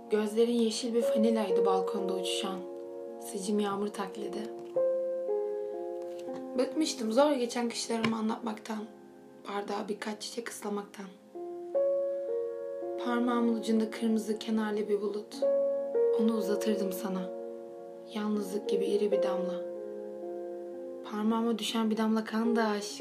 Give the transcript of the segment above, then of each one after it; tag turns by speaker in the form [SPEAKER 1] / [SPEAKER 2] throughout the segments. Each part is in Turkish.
[SPEAKER 1] Gözlerin yeşil bir fanilaydı balkonda uçuşan. Sicim yağmur taklidi. Bıkmıştım zor geçen kışlarımı anlatmaktan. Bardağa birkaç çiçek ıslamaktan. Parmağımın ucunda kırmızı kenarlı bir bulut. Onu uzatırdım sana. Yalnızlık gibi iri bir damla. Parmağıma düşen bir damla kan da aşk.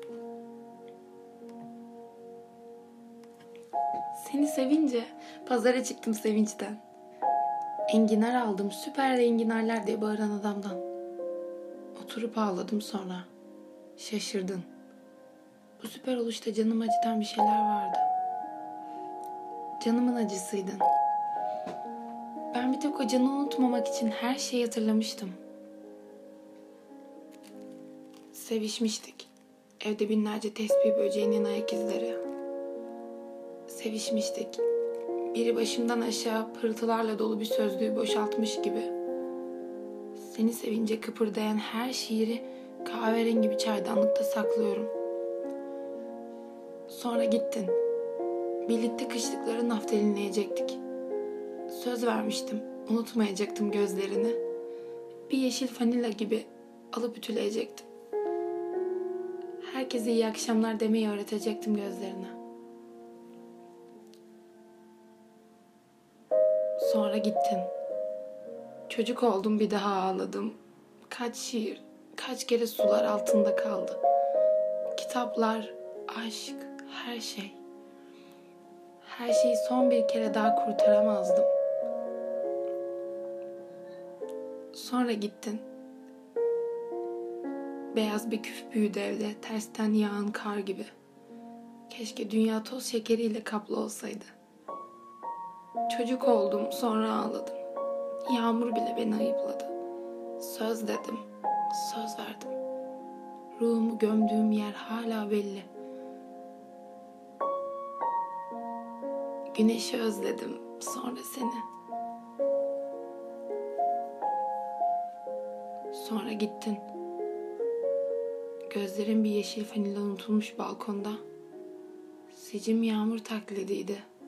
[SPEAKER 1] Seni sevince pazara çıktım sevinçten. Enginar aldım süper enginarlar diye bağıran adamdan. Oturup ağladım sonra. Şaşırdın. Bu süper oluşta canımı acıtan bir şeyler vardı. Canımın acısıydın. Ben bir tek o canı unutmamak için her şeyi hatırlamıştım. Sevişmiştik. Evde binlerce tesbih böceğinin ayak izleri. Sevişmiştik. Biri başımdan aşağı pırıltılarla dolu bir sözlüğü boşaltmış gibi. Seni sevince kıpırdayan her şiiri kahverengi bir çaydanlıkta saklıyorum. Sonra gittin. Birlikte kışlıkları naftalinleyecektik. Söz vermiştim. Unutmayacaktım gözlerini. Bir yeşil fanila gibi alıp ütüleyecektim. Herkese iyi akşamlar demeyi öğretecektim gözlerine. Sonra gittin. Çocuk oldum bir daha ağladım. Kaç şiir, kaç kere sular altında kaldı. Kitaplar, aşk, her şey. Her şeyi son bir kere daha kurtaramazdım. Sonra gittin. Beyaz bir küf büyüdü evde, tersten yağan kar gibi. Keşke dünya toz şekeriyle kaplı olsaydı. Çocuk oldum, sonra ağladım. Yağmur bile beni ayıpladı. Söz dedim, söz verdim. Ruhumu gömdüğüm yer hala belli. Güneşi özledim, sonra seni. Sonra gittin. Gözlerin bir yeşil fanila unutulmuş balkonda. Sicim yağmur taklidiydi.